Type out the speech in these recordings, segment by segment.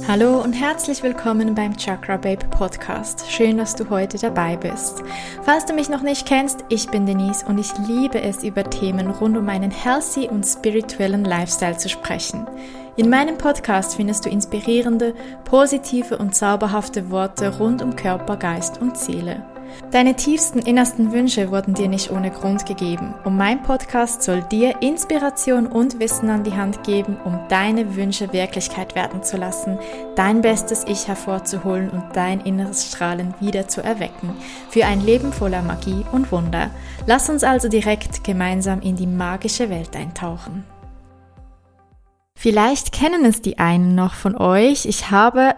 Hallo und herzlich willkommen beim Chakra Babe Podcast. Schön, dass du heute dabei bist. Falls du mich noch nicht kennst, ich bin Denise und ich liebe es, über Themen rund um einen healthy und spirituellen Lifestyle zu sprechen. In meinem Podcast findest du inspirierende, positive und zauberhafte Worte rund um Körper, Geist und Seele. Deine tiefsten, innersten Wünsche wurden dir nicht ohne Grund gegeben und mein Podcast soll dir Inspiration und Wissen an die Hand geben, um deine Wünsche Wirklichkeit werden zu lassen, dein bestes Ich hervorzuholen und dein inneres Strahlen wieder zu erwecken, für ein Leben voller Magie und Wunder. Lass uns also direkt gemeinsam in die magische Welt eintauchen. Vielleicht kennen es die einen noch von euch. Ich habe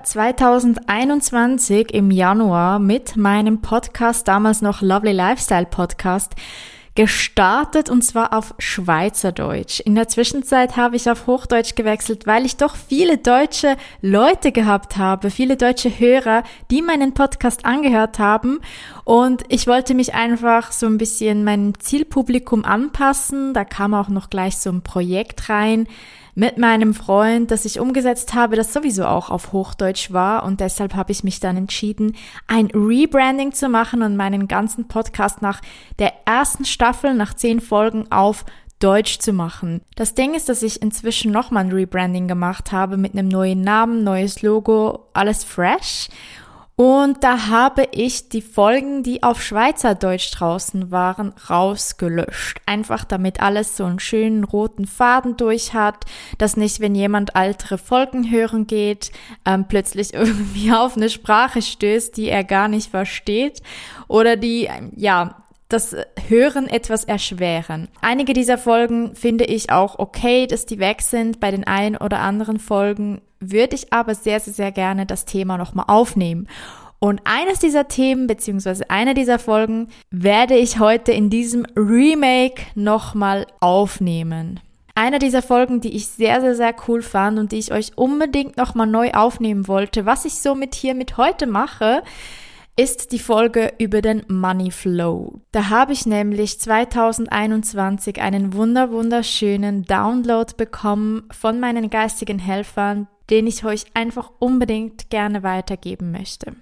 2021 im Januar mit meinem Podcast, damals noch Lovely Lifestyle Podcast, gestartet und zwar auf Schweizerdeutsch. In der Zwischenzeit habe ich auf Hochdeutsch gewechselt, weil ich doch viele deutsche Leute gehabt habe, viele deutsche Hörer, die meinen Podcast angehört haben und ich wollte mich einfach so ein bisschen meinem Zielpublikum anpassen. Da kam auch noch gleich so ein Projekt rein mit meinem Freund, das ich umgesetzt habe, das sowieso auch auf Hochdeutsch war und deshalb habe ich mich dann entschieden, ein Rebranding zu machen und meinen ganzen Podcast nach der ersten Staffel, nach 10 Folgen auf Deutsch zu machen. Das Ding ist, dass ich inzwischen nochmal ein Rebranding gemacht habe mit einem neuen Namen, neues Logo, alles fresh. Und da habe ich die Folgen, die auf Schweizerdeutsch draußen waren, rausgelöscht. Einfach damit alles so einen schönen roten Faden durch hat, dass nicht, wenn jemand ältere Folgen hören geht, plötzlich irgendwie auf eine Sprache stößt, die er gar nicht versteht oder die, das Hören etwas erschweren. Einige dieser Folgen finde ich auch okay, dass die weg sind. Bei den einen oder anderen Folgen würde ich aber sehr, sehr, sehr gerne das Thema nochmal aufnehmen. Und eines dieser Themen, beziehungsweise eine dieser Folgen, werde ich heute in diesem Remake nochmal aufnehmen. Eine dieser Folgen, die ich sehr, sehr, sehr cool fand und die ich euch unbedingt nochmal neu aufnehmen wollte, was ich somit hier mit heute mache, ist die Folge über den Money Flow. Da habe ich nämlich 2021 einen wunderschönen Download bekommen von meinen geistigen Helfern, den ich euch einfach unbedingt gerne weitergeben möchte.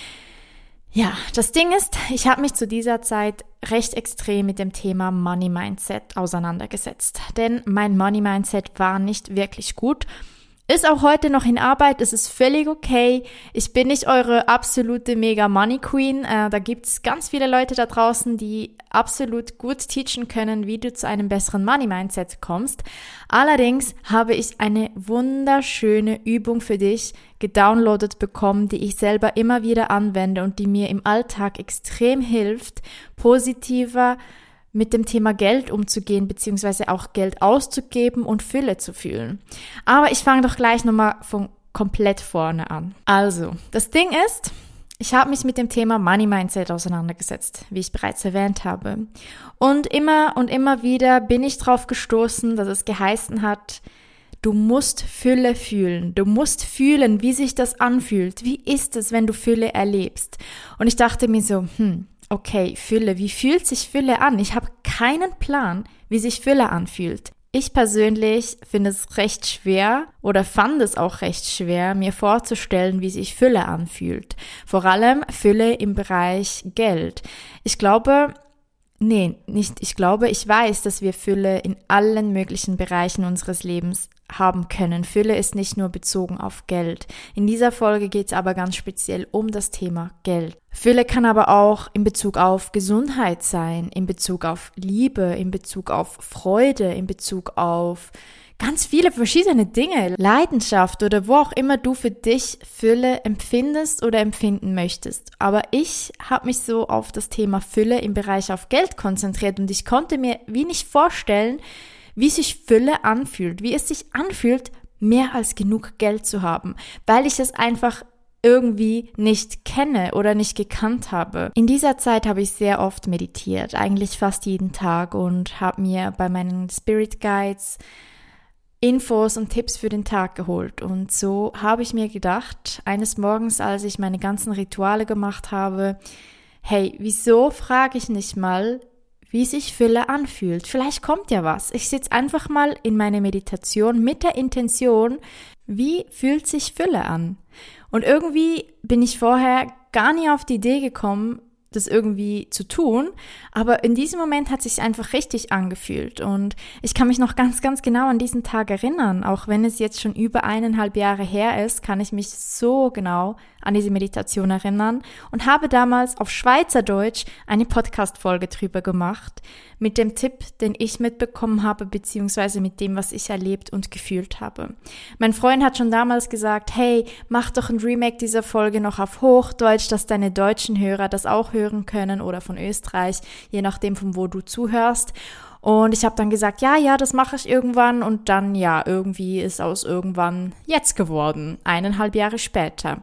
Ja, das Ding ist, ich habe mich zu dieser Zeit recht extrem mit dem Thema Money Mindset auseinandergesetzt, denn mein Money Mindset war nicht wirklich gut. Ist auch heute noch in Arbeit, es ist völlig okay. Ich bin nicht eure absolute Mega Money Queen. Da gibt's ganz viele Leute da draußen, die absolut gut teachen können, wie du zu einem besseren Money Mindset kommst. Allerdings habe ich eine wunderschöne Übung für dich gedownloadet bekommen, die ich selber immer wieder anwende und die mir im Alltag extrem hilft, positiver mit dem Thema Geld umzugehen, beziehungsweise auch Geld auszugeben und Fülle zu fühlen. Aber ich fange doch gleich nochmal von komplett vorne an. Also, das Ding ist, ich habe mich mit dem Thema Money Mindset auseinandergesetzt, wie ich bereits erwähnt habe. Und immer wieder bin ich drauf gestoßen, dass es geheißen hat, du musst Fülle fühlen. Du musst fühlen, wie sich das anfühlt. Wie ist es, wenn du Fülle erlebst? Und ich dachte mir so, okay, Fülle, wie fühlt sich Fülle an? Ich habe keinen Plan, wie sich Fülle anfühlt. Ich persönlich finde es recht schwer oder fand es auch recht schwer, mir vorzustellen, wie sich Fülle anfühlt. Vor allem Fülle im Bereich Geld. Ich weiß, dass wir Fülle in allen möglichen Bereichen unseres Lebens haben können. Fülle ist nicht nur bezogen auf Geld. In dieser Folge geht es aber ganz speziell um das Thema Geld. Fülle kann aber auch in Bezug auf Gesundheit sein, in Bezug auf Liebe, in Bezug auf Freude, in Bezug auf ganz viele verschiedene Dinge, Leidenschaft oder wo auch immer du für dich Fülle empfindest oder empfinden möchtest. Aber ich habe mich so auf das Thema Fülle im Bereich auf Geld konzentriert und ich konnte mir wie nicht vorstellen, wie sich Fülle anfühlt, wie es sich anfühlt, mehr als genug Geld zu haben, weil ich es einfach irgendwie nicht kenne oder nicht gekannt habe. In dieser Zeit habe ich sehr oft meditiert, eigentlich fast jeden Tag und habe mir bei meinen Spirit Guides Infos und Tipps für den Tag geholt. Und so habe ich mir gedacht, eines Morgens, als ich meine ganzen Rituale gemacht habe, hey, wieso frage ich nicht mal, wie sich Fülle anfühlt? Vielleicht kommt ja was. Ich sitze einfach mal in meine Meditation mit der Intention, Wie fühlt sich Fülle an? Und irgendwie bin ich vorher gar nie auf die Idee gekommen, das irgendwie zu tun, aber in diesem Moment hat es sich einfach richtig angefühlt und ich kann mich noch ganz, ganz genau an diesen Tag erinnern, auch wenn es jetzt schon über 1,5 Jahre her ist, kann ich mich so genau an diese Meditation erinnern und habe damals auf Schweizerdeutsch eine Podcast-Folge drüber gemacht, mit dem Tipp, den ich mitbekommen habe, beziehungsweise mit dem, was ich erlebt und gefühlt habe. Mein Freund hat schon damals gesagt, hey, mach doch ein Remake dieser Folge noch auf Hochdeutsch, dass deine deutschen Hörer das auch hören können oder von Österreich, je nachdem, von wo du zuhörst. Und ich habe dann gesagt, ja, das mache ich irgendwann und dann, ja, irgendwie ist aus irgendwann jetzt geworden, 1,5 Jahre später.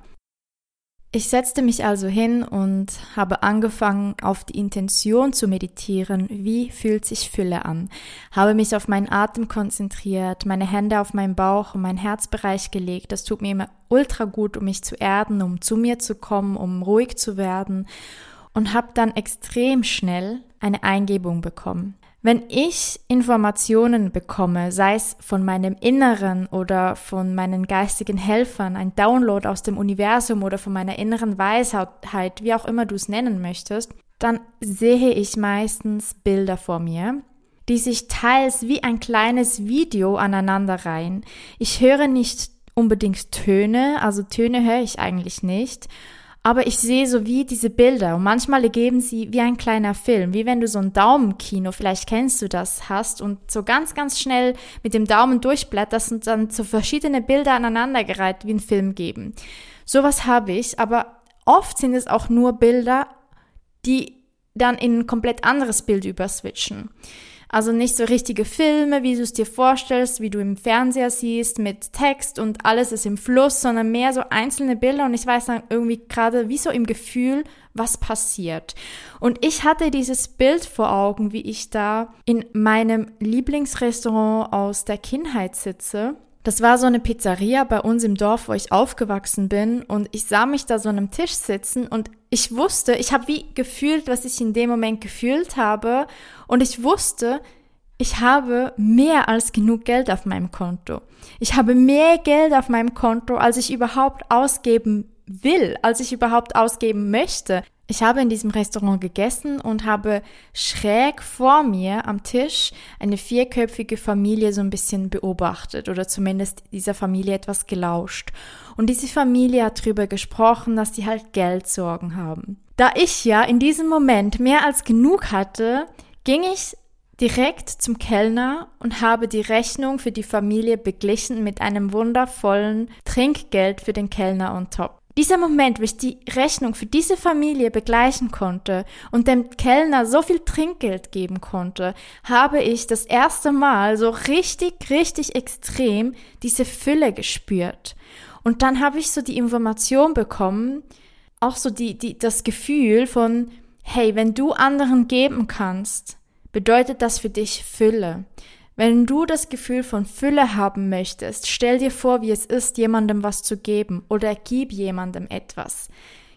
Ich setzte mich also hin und habe angefangen, auf die Intention zu meditieren, wie fühlt sich Fülle an. Habe mich auf meinen Atem konzentriert, meine Hände auf meinen Bauch und meinen Herzbereich gelegt. Das tut mir immer ultra gut, um mich zu erden, um zu mir zu kommen, um ruhig zu werden und habe dann extrem schnell eine Eingebung bekommen. Wenn ich Informationen bekomme, sei es von meinem Inneren oder von meinen geistigen Helfern, ein Download aus dem Universum oder von meiner inneren Weisheit, wie auch immer du es nennen möchtest, dann sehe ich meistens Bilder vor mir, die sich teils wie ein kleines Video aneinanderreihen. Ich höre nicht unbedingt Töne, also Töne höre ich eigentlich nicht, aber ich sehe so wie diese Bilder und manchmal ergeben sie wie ein kleiner Film, wie wenn du so ein Daumenkino, vielleicht kennst du das, hast und so ganz, ganz schnell mit dem Daumen durchblätterst und dann so verschiedene Bilder aneinandergereiht wie ein Film geben. Sowas habe ich, aber oft sind es auch nur Bilder, die dann in ein komplett anderes Bild überswitchen. Also nicht so richtige Filme, wie du es dir vorstellst, wie du im Fernseher siehst, mit Text und alles ist im Fluss, sondern mehr so einzelne Bilder und ich weiß dann irgendwie gerade wie so im Gefühl, was passiert. Und ich hatte dieses Bild vor Augen, wie ich da in meinem Lieblingsrestaurant aus der Kindheit sitze. Das war so eine Pizzeria bei uns im Dorf, wo ich aufgewachsen bin und ich sah mich da so an einem Tisch sitzen und ich wusste, ich habe wie gefühlt, was ich in dem Moment gefühlt habe und ich wusste, ich habe mehr als genug Geld auf meinem Konto. Ich habe mehr Geld auf meinem Konto, als ich überhaupt ausgeben will, als ich überhaupt ausgeben möchte. Ich habe in diesem Restaurant gegessen und habe schräg vor mir am Tisch eine 4-köpfige Familie so ein bisschen beobachtet oder zumindest dieser Familie etwas gelauscht. Und diese Familie hat darüber gesprochen, dass sie halt Geldsorgen haben. Da ich ja in diesem Moment mehr als genug hatte, ging ich direkt zum Kellner und habe die Rechnung für die Familie beglichen mit einem wundervollen Trinkgeld für den Kellner on top. Dieser Moment, wo ich die Rechnung für diese Familie begleichen konnte und dem Kellner so viel Trinkgeld geben konnte, habe ich das erste Mal so richtig, richtig extrem diese Fülle gespürt. Und dann habe ich so die Information bekommen, auch so das Gefühl von, hey, wenn du anderen geben kannst, bedeutet das für dich Fülle. Wenn du das Gefühl von Fülle haben möchtest, stell dir vor, wie es ist, jemandem was zu geben oder gib jemandem etwas.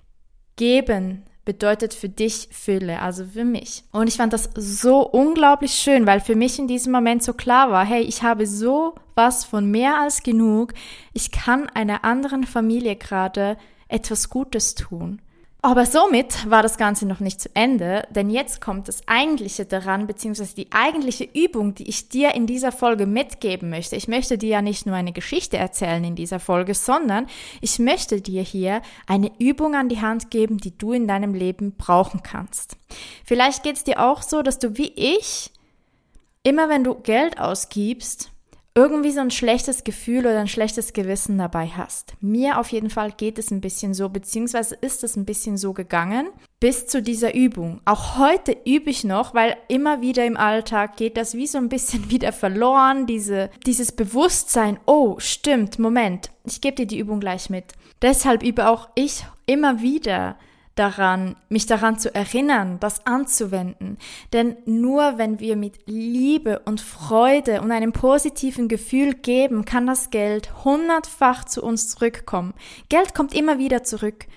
Geben bedeutet für dich Fülle, also für mich. Und ich fand das so unglaublich schön, weil für mich in diesem Moment so klar war, hey, ich habe so was von mehr als genug. Ich kann einer anderen Familie gerade etwas Gutes tun. Aber somit war das Ganze noch nicht zu Ende, denn jetzt kommt das Eigentliche daran, beziehungsweise die eigentliche Übung, die ich dir in dieser Folge mitgeben möchte. Ich möchte dir ja nicht nur eine Geschichte erzählen in dieser Folge, sondern ich möchte dir hier eine Übung an die Hand geben, die du in deinem Leben brauchen kannst. Vielleicht geht es dir auch so, dass du wie ich, immer wenn du Geld ausgibst, irgendwie so ein schlechtes Gefühl oder ein schlechtes Gewissen dabei hast. Mir auf jeden Fall geht es ein bisschen so, beziehungsweise ist es ein bisschen so gegangen, bis zu dieser Übung. Auch heute übe ich noch, weil immer wieder im Alltag geht das wie so ein bisschen wieder verloren, dieses Bewusstsein, oh, stimmt, Moment, ich gebe dir die Übung gleich mit. Deshalb übe auch ich immer wieder daran, mich daran zu erinnern, das anzuwenden. Denn nur wenn wir mit Liebe und Freude und einem positiven Gefühl geben, kann das Geld 100-fach zu uns zurückkommen. Geld kommt immer wieder zurück.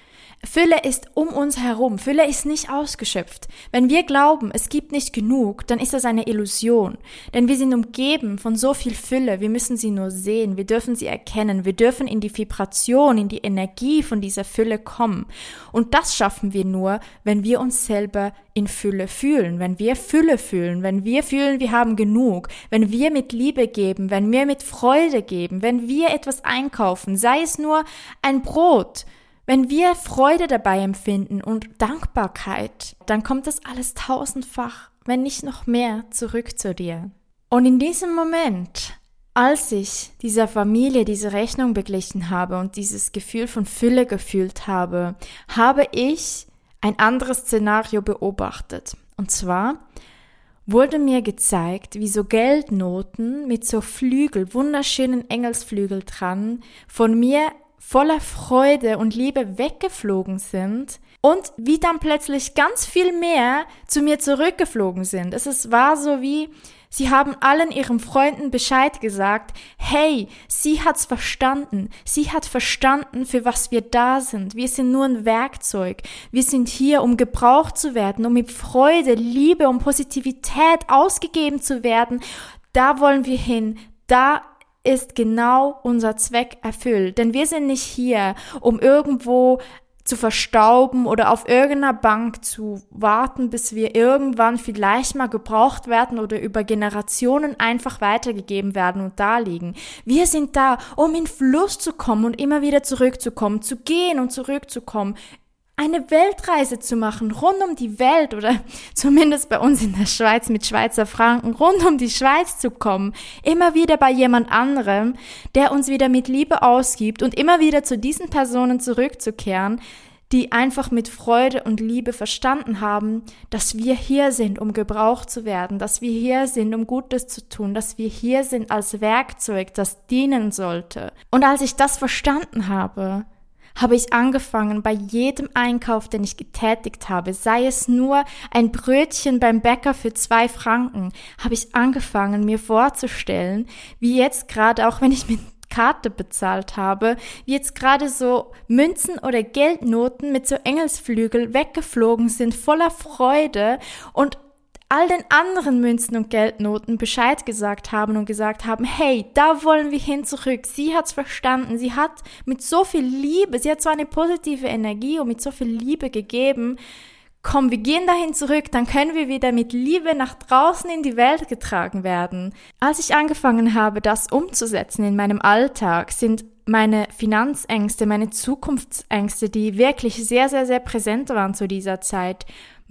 Fülle ist um uns herum. Fülle ist nicht ausgeschöpft. Wenn wir glauben, es gibt nicht genug, dann ist das eine Illusion. Denn wir sind umgeben von so viel Fülle. Wir müssen sie nur sehen. Wir dürfen sie erkennen. Wir dürfen in die Vibration, in die Energie von dieser Fülle kommen. Und das schaffen wir nur, wenn wir uns selber in Fülle fühlen. Wenn wir Fülle fühlen. Wenn wir fühlen, wir haben genug. Wenn wir mit Liebe geben. Wenn wir mit Freude geben. Wenn wir etwas einkaufen. Sei es nur ein Brot. Wenn wir Freude dabei empfinden und Dankbarkeit, dann kommt das alles tausendfach, wenn nicht noch mehr, zurück zu dir. Und in diesem Moment, als ich dieser Familie diese Rechnung beglichen habe und dieses Gefühl von Fülle gefühlt habe, habe ich ein anderes Szenario beobachtet. Und zwar wurde mir gezeigt, wie so Geldnoten mit so Flügel, wunderschönen Engelsflügel dran, von mir voller Freude und Liebe weggeflogen sind und wie dann plötzlich ganz viel mehr zu mir zurückgeflogen sind. Es war so wie, sie haben allen ihren Freunden Bescheid gesagt, hey, sie hat's verstanden. Sie hat verstanden, für was wir da sind. Wir sind nur ein Werkzeug. Wir sind hier, um gebraucht zu werden, um mit Freude, Liebe und Positivität ausgegeben zu werden. Da wollen wir hin. Da ist genau unser Zweck erfüllt. Denn wir sind nicht hier, um irgendwo zu verstauben oder auf irgendeiner Bank zu warten, bis wir irgendwann vielleicht mal gebraucht werden oder über Generationen einfach weitergegeben werden und da liegen. Wir sind da, um in Fluss zu kommen und immer wieder zurückzukommen, zu gehen und zurückzukommen, eine Weltreise zu machen, rund um die Welt oder zumindest bei uns in der Schweiz mit Schweizer Franken, rund um die Schweiz zu kommen, immer wieder bei jemand anderem, der uns wieder mit Liebe ausgibt und immer wieder zu diesen Personen zurückzukehren, die einfach mit Freude und Liebe verstanden haben, dass wir hier sind, um gebraucht zu werden, dass wir hier sind, um Gutes zu tun, dass wir hier sind als Werkzeug, das dienen sollte. Und als ich das verstanden habe ich angefangen, bei jedem Einkauf, den ich getätigt habe, sei es nur ein Brötchen beim Bäcker für 2 Franken, habe ich angefangen, mir vorzustellen, wie jetzt gerade, auch wenn ich mit Karte bezahlt habe, wie jetzt gerade so Münzen oder Geldnoten mit so Engelsflügel weggeflogen sind, voller Freude und all den anderen Münzen und Geldnoten Bescheid gesagt haben und gesagt haben, hey, da wollen wir hin zurück. Sie hat's verstanden. Sie hat mit so viel Liebe, sie hat so eine positive Energie und mit so viel Liebe gegeben. Komm, wir gehen dahin zurück, dann können wir wieder mit Liebe nach draußen in die Welt getragen werden. Als ich angefangen habe, das umzusetzen in meinem Alltag, sind meine Finanzängste, meine Zukunftsängste, die wirklich sehr, sehr, sehr präsent waren zu dieser Zeit,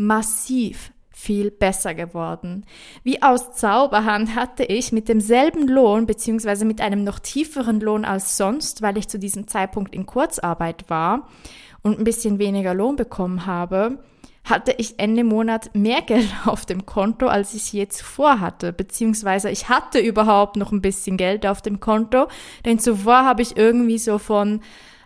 massiv viel besser geworden. Wie aus Zauberhand hatte ich mit demselben Lohn beziehungsweise mit einem noch tieferen Lohn als sonst, weil ich zu diesem Zeitpunkt in Kurzarbeit war und ein bisschen weniger Lohn bekommen habe, hatte ich Ende Monat mehr Geld auf dem Konto, als ich je zuvor hatte, beziehungsweise ich hatte überhaupt noch ein bisschen Geld auf dem Konto, denn zuvor habe ich irgendwie so von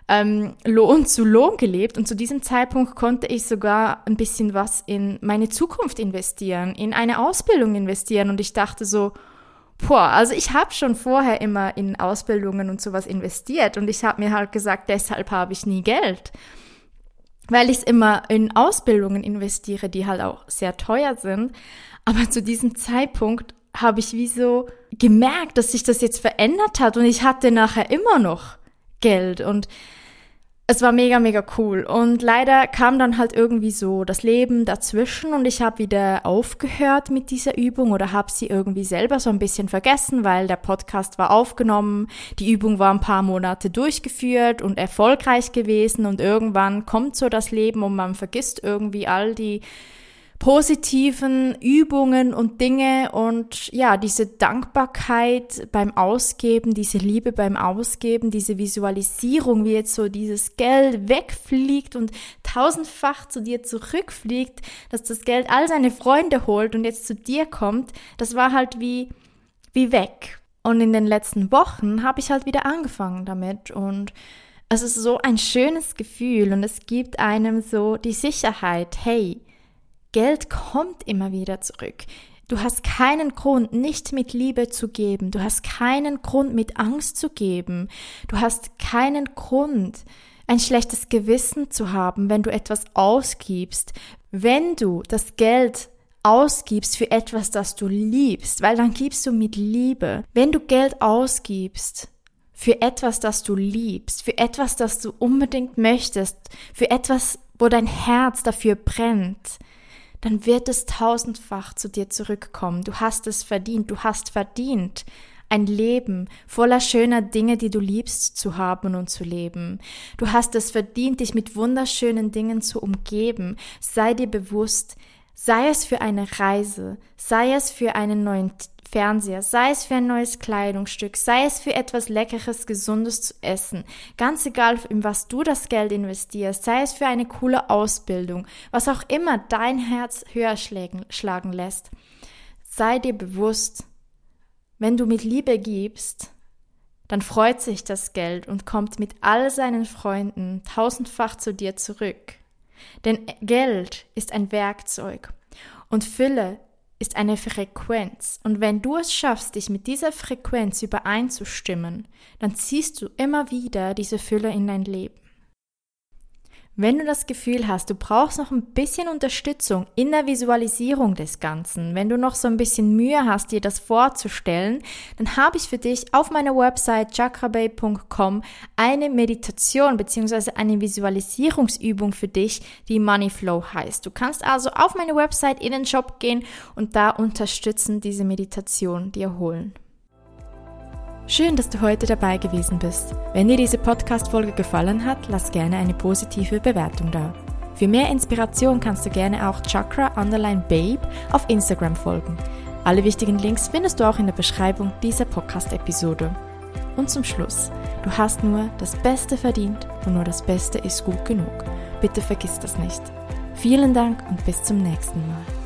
Lohn zu Lohn gelebt und zu diesem Zeitpunkt konnte ich sogar ein bisschen was in meine Zukunft investieren, in eine Ausbildung investieren und ich dachte so, also ich habe schon vorher immer in Ausbildungen und sowas investiert und ich habe mir halt gesagt, deshalb habe ich nie Geld, weil ich es immer in Ausbildungen investiere, die halt auch sehr teuer sind, aber zu diesem Zeitpunkt habe ich wie so gemerkt, dass sich das jetzt verändert hat und ich hatte nachher immer noch Geld und es war mega, mega cool und leider kam dann halt irgendwie so das Leben dazwischen und ich habe wieder aufgehört mit dieser Übung oder habe sie irgendwie selber so ein bisschen vergessen, weil der Podcast war aufgenommen, die Übung war ein paar Monate durchgeführt und erfolgreich gewesen und irgendwann kommt so das Leben und man vergisst irgendwie all die positiven Übungen und Dinge und ja, diese Dankbarkeit beim Ausgeben, diese Liebe beim Ausgeben, diese Visualisierung, wie jetzt so dieses Geld wegfliegt und tausendfach zu dir zurückfliegt, dass das Geld all seine Freunde holt und jetzt zu dir kommt, das war halt wie weg. Und in den letzten Wochen habe ich halt wieder angefangen damit und es ist so ein schönes Gefühl und es gibt einem so die Sicherheit, hey, Geld kommt immer wieder zurück. Du hast keinen Grund, nicht mit Liebe zu geben. Du hast keinen Grund, mit Angst zu geben. Du hast keinen Grund, ein schlechtes Gewissen zu haben, wenn du etwas ausgibst. Wenn du das Geld ausgibst für etwas, das du liebst, weil dann gibst du mit Liebe. Wenn du Geld ausgibst für etwas, das du liebst, für etwas, das du unbedingt möchtest, für etwas, wo dein Herz dafür brennt, dann wird es 1000-fach zu dir zurückkommen. Du hast es verdient. Du hast verdient, ein Leben voller schöner Dinge, die du liebst, zu haben und zu leben. Du hast es verdient, dich mit wunderschönen Dingen zu umgeben. Sei dir bewusst, sei es für eine Reise, sei es für einen neuen Fernseher, sei es für ein neues Kleidungsstück, sei es für etwas Leckeres, Gesundes zu essen. Ganz egal, in was du das Geld investierst, sei es für eine coole Ausbildung, was auch immer dein Herz höher schlagen lässt. Sei dir bewusst, wenn du mit Liebe gibst, dann freut sich das Geld und kommt mit all seinen Freunden 1000-fach zu dir zurück. Denn Geld ist ein Werkzeug und Fülle ist eine Frequenz. Und wenn du es schaffst, dich mit dieser Frequenz übereinzustimmen, dann ziehst du immer wieder diese Fülle in dein Leben. Wenn du das Gefühl hast, du brauchst noch ein bisschen Unterstützung in der Visualisierung des Ganzen, wenn du noch so ein bisschen Mühe hast, dir das vorzustellen, dann habe ich für dich auf meiner Website chakrababe.com eine Meditation bzw. eine Visualisierungsübung für dich, die Money Flow heißt. Du kannst also auf meine Website in den Shop gehen und da unterstützen diese Meditation dir holen. Schön, dass du heute dabei gewesen bist. Wenn dir diese Podcast-Folge gefallen hat, lass gerne eine positive Bewertung da. Für mehr Inspiration kannst du gerne auch Chakra_Babe auf Instagram folgen. Alle wichtigen Links findest du auch in der Beschreibung dieser Podcast-Episode. Und zum Schluss, du hast nur das Beste verdient und nur das Beste ist gut genug. Bitte vergiss das nicht. Vielen Dank und bis zum nächsten Mal.